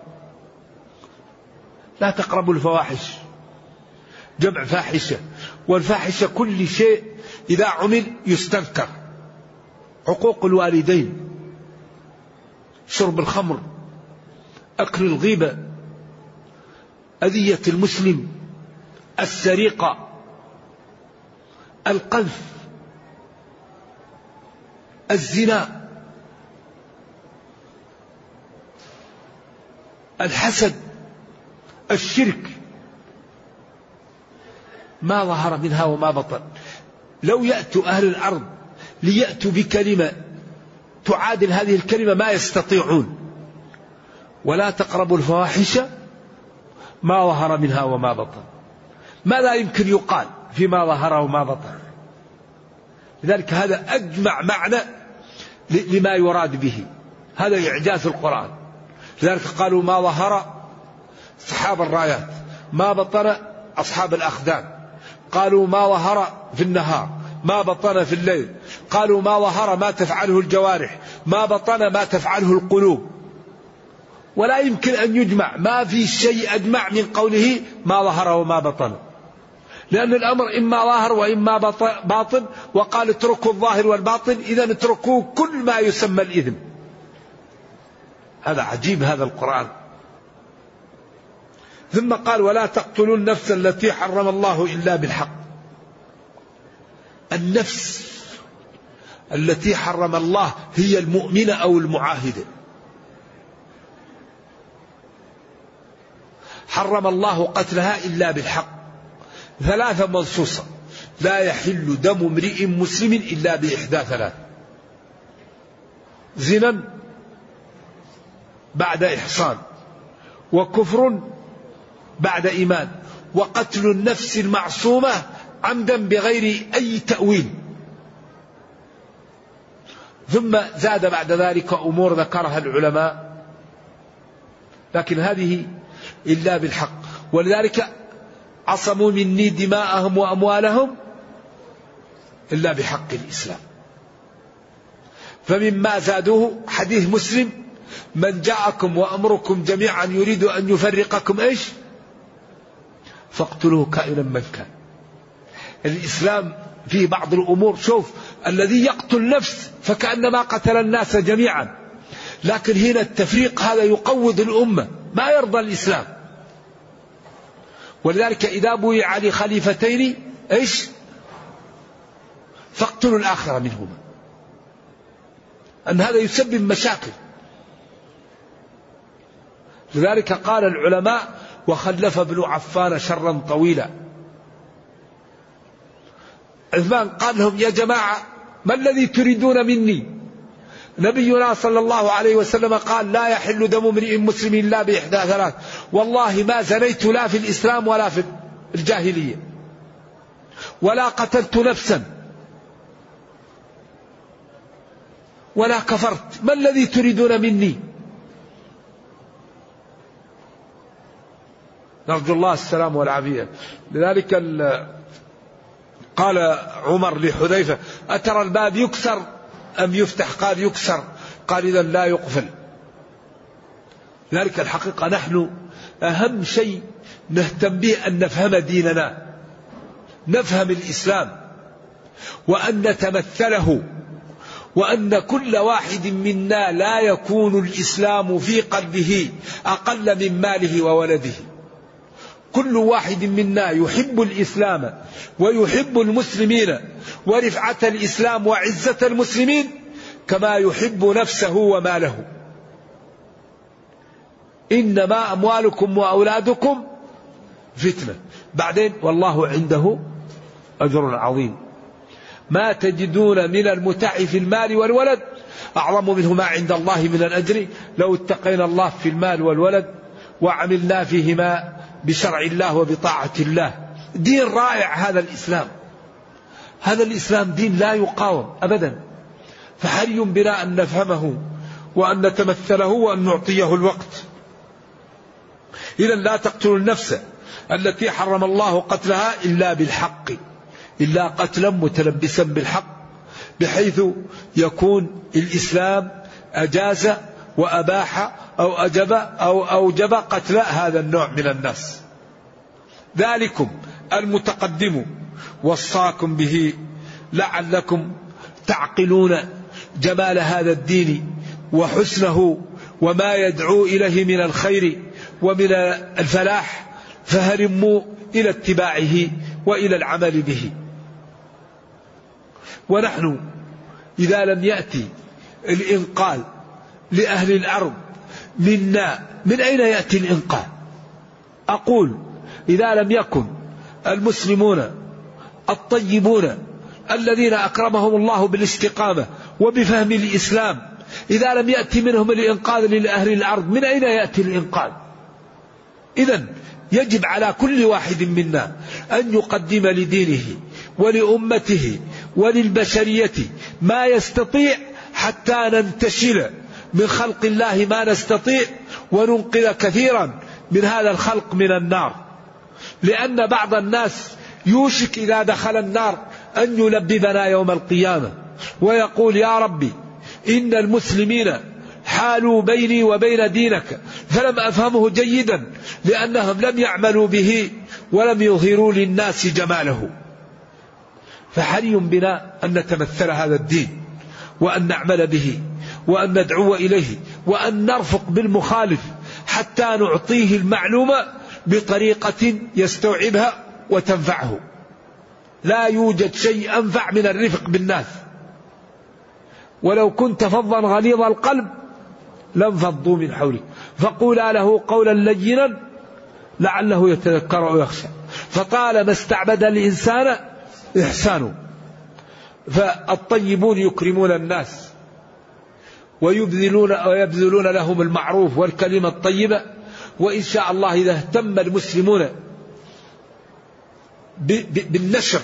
لا تقربوا الفواحش جمع فاحشة، والفاحشة كل شيء إذا عمل يستنكر. عقوق الوالدين، شرب الخمر، أكل الغيبة، أذية المسلم، السرقة، القذف، الزنا، الحسد، الشرك، ما ظهر منها وما بطن. لو يأتوا أهل الأرض ليأتوا بكلمة تعادل هذه الكلمة ما يستطيعون. ولا تقربوا الفواحش ما ظهر منها وما بطن. ما لا يمكن يقال فيما ظهر وما بطن. لذلك هذا أجمع معنى لما يراد به. هذا إعجاز القرآن. لذلك قالوا ما ظهر أصحاب الرايات، ما بطن أصحاب الأخدان. قالوا ما ظهر في النهار، ما بطن في الليل. قالوا ما ظهر ما تفعله الجوارح، ما بطن ما تفعله القلوب. ولا يمكن أن يجمع، ما في شيء أجمع من قوله ما ظهر وما بطن، لأن الأمر إما ظاهر وإما باطن. وقال اتركوا الظاهر والباطن، إذا اتركوا كل ما يسمى الإثم. هذا عجيب هذا القرآن. ثم قال ولا تقتلوا النفس التي حرم الله إلا بالحق. النفس التي حرم الله هي المؤمنة أو المعاهدة. حرم الله قتلها إلا بالحق. ثلاثة منصوصة: لا يحل دم امرئ مسلم إلا بإحدى ثلاث: زنا بعد إحصان، وكفر بعد إيمان، وقتل النفس المعصومة عمدا بغير أي تأويل. ثم زاد بعد ذلك أمور ذكرها العلماء، لكن هذه إلا بالحق. ولذلك عصموا مني دماءهم وأموالهم إلا بحق الإسلام. فمما زادوه حديث مسلم: من جاءكم وأمركم جميعا يريد أن يفرقكم إيش فاقتلوه كائنا من كان. الإسلام فيه بعض الأمور، شوف، الذي يقتل نفس فكأنما قتل الناس جميعا، لكن هنا التفريق هذا يقوض الأمة، ما يرضى الإسلام. ولذلك إذا بويع لخليفتين إيش فاقتلوا الآخر منهما، أن هذا يسبب مشاكل. لذلك قال العلماء: وخلف ابن عفان شرا طويلا. عثمان قال لهم: يا جماعة ما الذي تريدون مني؟ نبينا صلى الله عليه وسلم قال: لا يحل دم امرئ مسلم إلا بإحدى ثلاث. والله ما زنيت لا في الإسلام ولا في الجاهلية، ولا قتلت نفسا، ولا كفرت. ما الذي تريدون مني؟ نرجو الله السلام والعافية. لذلك قال عمر لحذيفة: أترى الباب يكسر أم يفتح؟ قال: يكسر. قال: إذا لا يقفل. لذلك الحقيقة نحن أهم شيء نهتم به أن نفهم ديننا، نفهم الإسلام، وأن نتمثله، وأن كل واحد منا لا يكون الإسلام في قلبه أقل من ماله وولده. كل واحد منا يحب الإسلام ويحب المسلمين ورفعة الإسلام وعزة المسلمين كما يحب نفسه وماله. إنما أموالكم وأولادكم فتنة، بعدين والله عنده أجر عظيم. ما تجدون من المتع في المال والولد أعظم منه ما عند الله من الأجر لو اتقينا الله في المال والولد وعملنا فيهما بشرع الله وبطاعة الله. دين رائع هذا الإسلام، هذا الإسلام دين لا يقاوم أبدا، فحري بنا أن نفهمه وأن نتمثله وأن نعطيه الوقت. إذا لا تقتلوا النفس التي حرم الله قتلها إلا بالحق، إلا قتلا متلبسا بالحق، بحيث يكون الإسلام أجاز وأباح أو أجب أو أوجب قتل هذا النوع من الناس. ذلكم المتقدم وصاكم به لعلكم تعقلون جمال هذا الدين وحسنه وما يدعو إليه من الخير ومن الفلاح، فهرموا إلى اتباعه وإلى العمل به. ونحن إذا لم يأتي الإنقاذ لأهل الأرض منا، من أين يأتي الإنقاذ؟ أقول إذا لم يكن المسلمون الطيبون الذين أكرمهم الله بالاستقامة وبفهم الإسلام، إذا لم يأتي منهم الإنقاذ لأهل الأرض، من أين يأتي الإنقاذ؟ إذن يجب على كل واحد منا أن يقدم لدينه ولأمته وللبشرية ما يستطيع حتى ننتشل من خلق الله ما نستطيع وننقذ كثيرا من هذا الخلق من النار. لأن بعض الناس يوشك إذا دخل النار أن يلببنا يوم القيامة ويقول يا ربي إن المسلمين حالوا بيني وبين دينك فلم أفهمه جيدا لأنهم لم يعملوا به ولم يظهروا للناس جماله. فحري بنا أن نتمثل هذا الدين وأن نعمل به وأن ندعو إليه وأن نرفق بالمخالف حتى نعطيه المعلومة بطريقة يستوعبها وتنفعه. لا يوجد شيء أنفع من الرفق بالناس، ولو كنت فظا غليظ القلب لانفضوا من حولك فقولا له قولا لينا لعله يتذكر ويخشى. فطالما استعبد الإنسان إحسانه. فالطيبون يكرمون الناس ويبذلون, ويبذلون لهم المعروف والكلمة الطيبة. وإن شاء الله إذا اهتم المسلمون بالنشر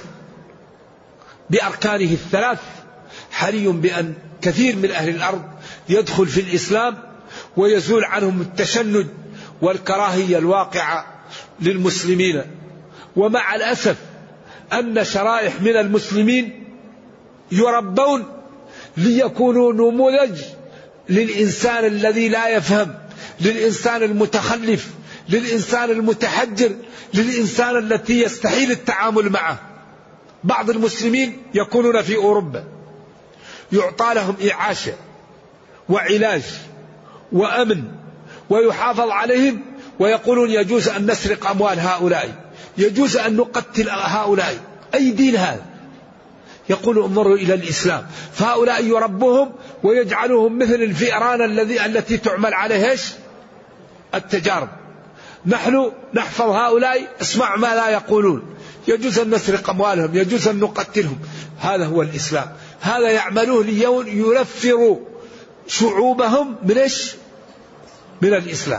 بأركانه الثلاث، حري بأن كثير من أهل الأرض يدخل في الإسلام ويزول عنهم التشنج والكراهية الواقعة للمسلمين. ومع الأسف أن شرائح من المسلمين يربون ليكونوا نموذج للإنسان الذي لا يفهم، للإنسان المتخلف، للإنسان المتحجر، للإنسان التي يستحيل التعامل معه. بعض المسلمين يكونون في أوروبا يعطى لهم إعاشة وعلاج وأمن ويحافظ عليهم، ويقولون يجوز أن نسرق أموال هؤلاء، يجوز أن نقتل هؤلاء. أي دين هذا؟ يقول انظروا إلى الإسلام. فهؤلاء يربوهم ويجعلوهم مثل الفئران الذي التي تعمل عليه التجارب. نحن نحفظ هؤلاء، اسمع ما لا يقولون، يجوز أن نسرق أموالهم، يجوز أن نقتلهم. هذا هو الإسلام. هذا يعملوه لينفروا شعوبهم من إيش؟ من الإسلام.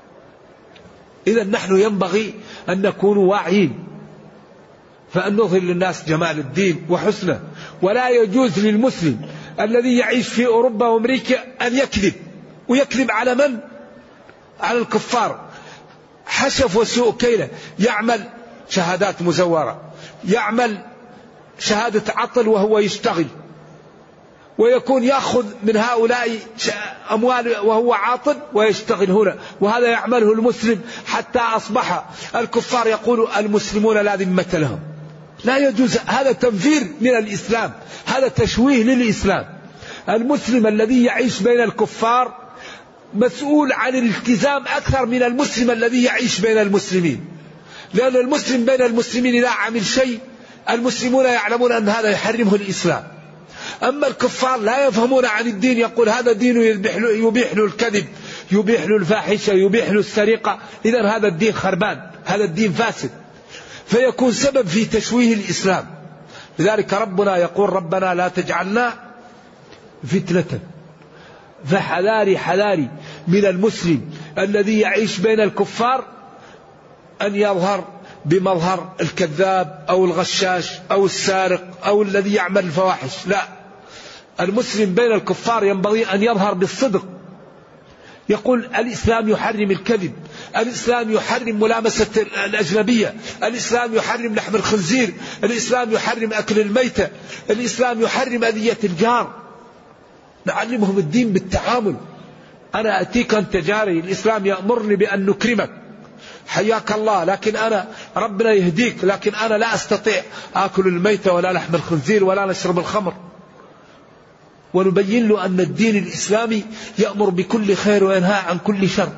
إذا نحن ينبغي أن نكون واعيين، فأن نظهر للناس جمال الدين وحسنه. ولا يجوز للمسلم الذي يعيش في أوروبا وأمريكا أن يكذب. ويكذب على من؟ على الكفار. حشف وسوء كيله، يعمل شهادات مزورة، يعمل شهادة عطل وهو يشتغل، ويكون يأخذ من هؤلاء أموال وهو عاطل ويشتغل هنا. وهذا يعمله المسلم حتى أصبح الكفار يقولوا المسلمون لا ذمة لهم. لا يجوز، هذا تنفير من الإسلام، هذا تشويه للإسلام. المسلم الذي يعيش بين الكفار مسؤول عن الالتزام أكثر من المسلم الذي يعيش بين المسلمين، لأن المسلم بين المسلمين إذا عمل شيء المسلمون يعلمون أن هذا يحرمه الإسلام. أما الكفار لا يفهمون عن الدين، يقول هذا دين يبيح له الكذب، يبيح له الفاحشة، يبيح له السرقة. إذن هذا الدين خربان، هذا الدين فاسد، فيكون سبب في تشويه الإسلام. لذلك ربنا يقول ربنا لا تجعلنا فتنة. فحذاري حذاري من المسلم الذي يعيش بين الكفار أن يظهر بمظهر الكذاب أو الغشاش أو السارق أو الذي يعمل الفواحش. لا، المسلم بين الكفار ينبغي أن يظهر بالصدق. يقول الإسلام يحرم الكذب، الإسلام يحرم ملامسة الأجنبية، الإسلام يحرم لحم الخنزير، الإسلام يحرم أكل الميتة، الإسلام يحرم أذية الجار. نعلمهم الدين بالتعامل. أنا أتيك أنت جاري، الإسلام يأمرني بأن نكرمك، حياك الله، لكن أنا ربنا يهديك، لكن أنا لا أستطيع آكل الميتة ولا لحم الخنزير ولا نشرب الخمر. ونبين له أن الدين الإسلامي يأمر بكل خير وينهى عن كل شر.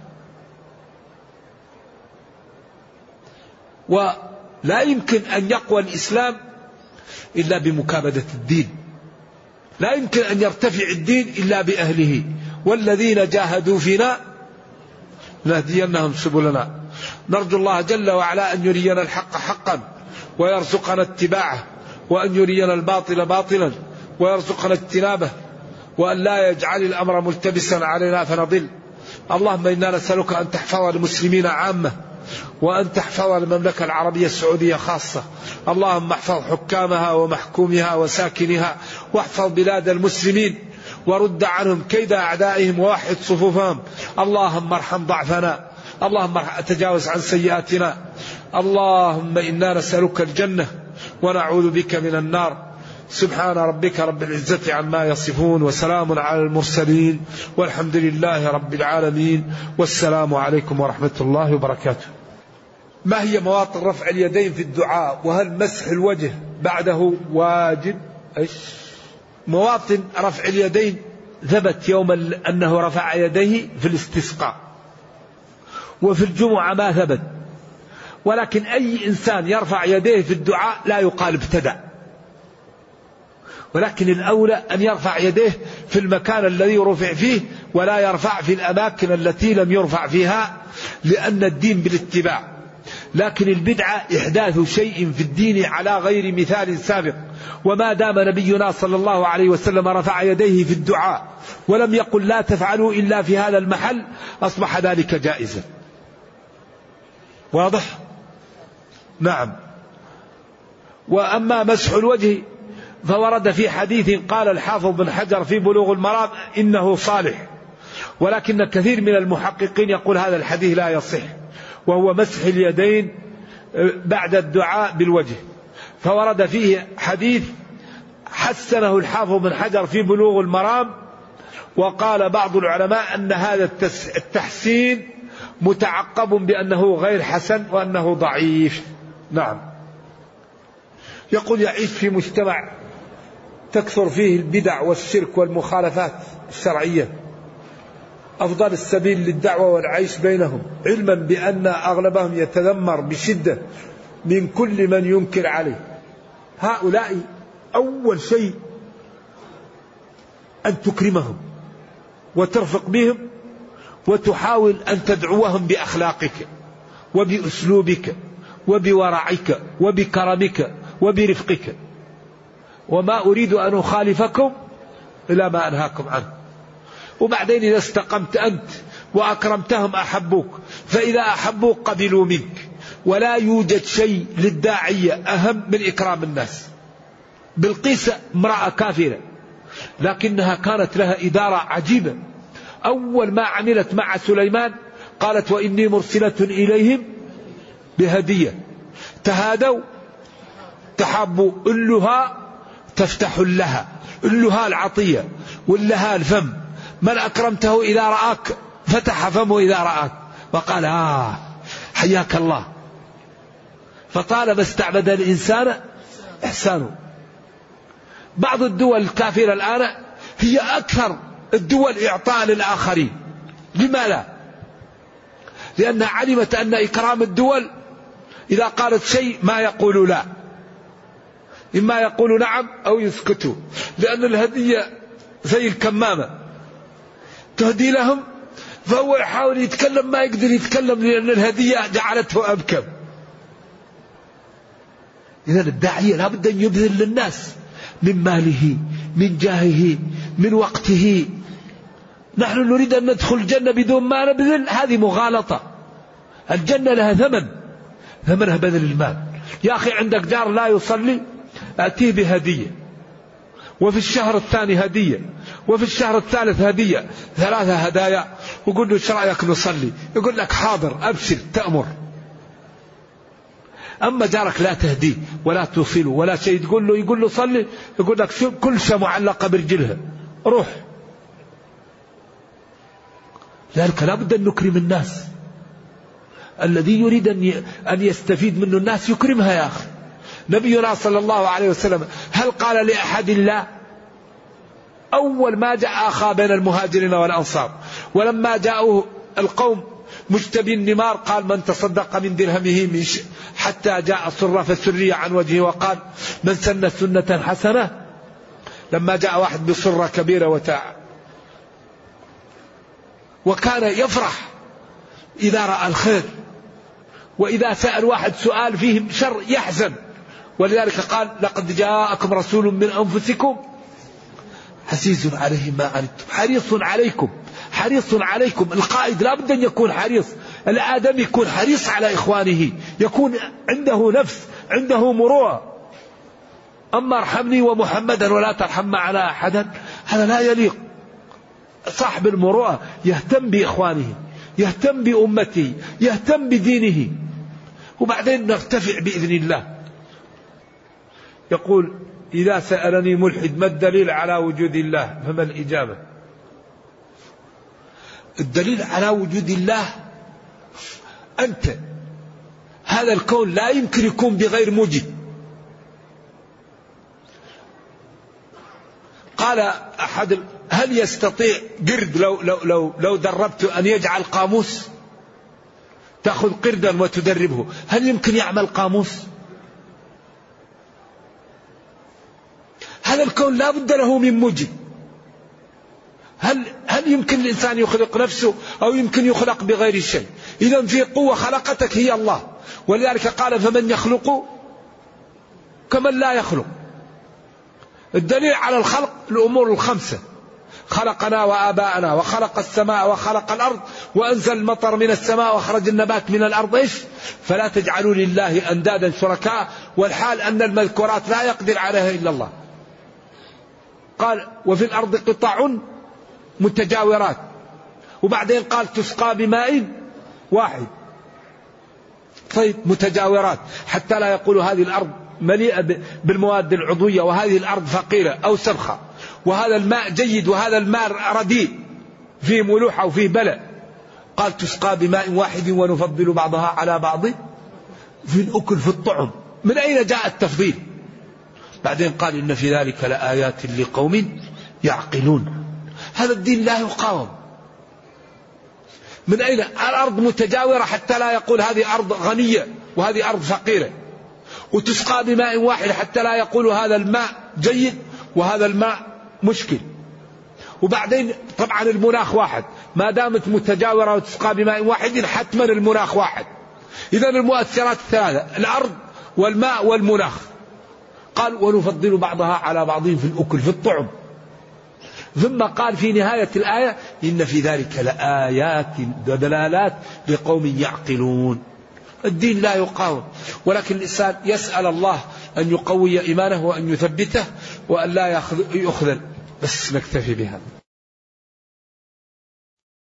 ولا يمكن أن يقوى الإسلام إلا بمكابدة الدين، لا يمكن أن يرتفع الدين إلا بأهله. والذين جاهدوا فينا لنهدينهم سبلنا. نرجو الله جل وعلا أن يرينا الحق حقا ويرزقنا اتباعه، وأن يرينا الباطل باطلا ويرزقنا اجتنابه، وأن لا يجعل الأمر ملتبسا علينا فنضل. اللهم إنا نسألك أن تحفظ المسلمين عامة، وأن تحفظ المملكة العربية السعودية خاصة. اللهم احفظ حكامها ومحكومها وساكنها، واحفظ بلاد المسلمين، ورد عنهم كيد أعدائهم، ووحد صفوفهم. اللهم ارحم ضعفنا، اللهم تجاوز عن سيئاتنا. اللهم إنا نسألك الجنة ونعوذ بك من النار. سبحان ربك رب العزة عما يصفون، وسلام على المرسلين، والحمد لله رب العالمين، والسلام عليكم ورحمة الله وبركاته. ما هي مواطن رفع اليدين في الدعاء؟ وهل مسح الوجه بعده واجب؟ إيش مواطن رفع اليدين؟ ثبت يوم أنه رفع يديه في الاستسقاء، وفي الجمعة ما ثبت. ولكن أي إنسان يرفع يديه في الدعاء لا يقال ابتدع، ولكن الأولى أن يرفع يديه في المكان الذي رفع فيه، ولا يرفع في الأماكن التي لم يرفع فيها، لأن الدين بالاتباع. لكن البدعة إحداث شيء في الدين على غير مثال سابق. وما دام نبينا صلى الله عليه وسلم رفع يديه في الدعاء ولم يقل لا تفعلوا إلا في هذا المحل، أصبح ذلك جائزا. واضح؟ نعم. وأما مسح الوجه فورد في حديث قال الحافظ بن حجر في بلوغ المرام إنه صالح، ولكن كثير من المحققين يقول هذا الحديث لا يصح، وهو مسح اليدين بعد الدعاء بالوجه. فورد فيه حديث حسنه الحافظ بن حجر في بلوغ المرام، وقال بعض العلماء أن هذا التحسين متعقب بأنه غير حسن وأنه ضعيف. نعم. يقول يعيش في مجتمع تكثر فيه البدع والشرك والمخالفات الشرعية، أفضل السبيل للدعوة والعيش بينهم، علما بأن أغلبهم يتذمر بشدة من كل من ينكر عليه. هؤلاء أول شيء أن تكرمهم وترفق بهم، وتحاول أن تدعوهم بأخلاقك وبأسلوبك وبورعك وبكرمك وبرفقك. وما أريد أن أخالفكم إلى ما أنهاكم عنه. وبعدين إذا استقمت أنت وأكرمتهم أحبوك، فإذا أحبوك قبلوا منك. ولا يوجد شيء للداعية أهم من إكرام الناس. بلقيس امرأة كافرة، لكنها كانت لها إدارة عجيبة. أول ما عملت مع سليمان قالت وإني مرسلة إليهم بهدية. تهادوا تحابوا، قلها تفتح لها، قلها العطية ولها الفم. من أكرمته إذا رآك فتح فمه إذا رآك، وقال آه حياك الله. فطالما استعبد الإنسان إحسانه. بعض الدول الكافرة الآن هي أكثر الدول إعطاء للآخرين. لماذا؟ لأنها علمت أن إكرام الدول إذا قالت شيء ما يقول لا، إما يقول نعم أو يسكتوا، لأن الهدية زي الكمامة تهدي لهم، فهو يحاول يتكلم ما يقدر يتكلم لأن الهدية جعلته أبكم. إذا الداعية لابد أن يبذل للناس من ماله، من جاهه، من وقته، نحن نريد أن ندخل الجنة بدون ما نبذل، هذه مغالطة. الجنة لها ثمن، ثمنها بذل المال. يا أخي عندك جار لا يصلي، أتيه بهدية، وفي الشهر الثاني هدية، وفي الشهر الثالث هدية، ثلاثة هدايا، وقل له ايش رأيك نصلي؟ يقول لك حاضر أبشر تأمر. أما جارك لا تهديه ولا توصله ولا شيء، تقول له يقول له صلي، يقول لك شو كل شيء معلقة برجلها، روح. لذلك لا بد أن نكرم الناس. الذي يريد أن يستفيد منه الناس يكرمها يا أخي. نبينا صلى الله عليه وسلم هل قال لأحد لا؟ أول ما جاء أخا بين المهاجرين والأنصار، ولما جاءوا القوم مجتبي النمار قال من تصدق من درهمه من ش... حتى جاء صرة فسري عن وجهه وقال من سن سنة حسنة. لما جاء واحد بصرة كبيرة وتاع، وكان يفرح إذا رأى الخير، وإذا سأل واحد سؤال فيه شر يحزن. ولذلك قال لقد جاءكم رسول من أنفسكم عزيز عليه ما عنتم حريص عليكم، حريص عليكم. القائد لا بد أن يكون حريص، الآدم يكون حريص على إخوانه، يكون عنده نفس، عنده مروءة. أما ارحمني ومحمدا ولا ترحم معنا أحدا، هذا لا يليق. صاحب المروءة يهتم بإخوانه، يهتم بأمته، يهتم بدينه، وبعدين نرتفع بإذن الله. يقول إذا سألني ملحد ما الدليل على وجود الله، فما الإجابة؟ الدليل على وجود الله أنت، هذا الكون لا يمكن يكون بغير موجد. قال أحد هل يستطيع قرد لو, لو, لو, لو دربته أن يجعل قاموس؟ تأخذ قردا وتدربه، هل يمكن يعمل قاموس؟ هذا الكون لا بد له من موجد. هل, هل يمكن الإنسان يخلق نفسه أو يمكن يخلق بغير شيء؟ إذا في قوة خلقتك هي الله. ولذلك قال فمن يخلق كمن لا يخلق. الدليل على الخلق الأمور الخمسة: خلقنا وآباءنا، وخلق السماء وخلق الأرض، وأنزل المطر من السماء وأخرج النبات من الأرض. إيش؟ فلا تجعلوا لله أندادا شركاء، والحال أن المذكورات لا يقدر عليها إلا الله. قال وفي الأرض قطع متجاورات، وبعدين قال تسقى بماء واحد. طيب متجاورات حتى لا يقولوا هذه الأرض مليئة بالمواد العضوية وهذه الأرض فقيرة أو سرخة، وهذا الماء جيد وهذا الماء رديء فيه ملوحة وفيه بلع. قال تسقى بماء واحد ونفضل بعضها على بعض في الأكل في الطعم. من أين جاء التفضيل؟ بعدين قال إن في ذلك لآيات لقوم يعقلون. هذا الدين لا يقاوم. من أين؟ الأرض متجاورة حتى لا يقول هذه أرض غنية وهذه أرض فقيرة، وتسقى بماء واحد حتى لا يقول هذا الماء جيد وهذا الماء مشكل. وبعدين طبعا المناخ واحد، ما دامت متجاورة وتسقى بماء واحد حتما المناخ واحد. إذن المؤثرات الثلاثة الأرض والماء والمناخ. قال ونفضل بعضها على بعض في الأكل في الطعم. ثم قال في نهاية الآية إن في ذلك لآيات ودلالات لقوم يعقلون. الدين لا يقاوم، ولكن الإنسان يسأل الله أن يقوي إيمانه وأن يثبته وأن لا يخذل. بس نكتفي بهذا.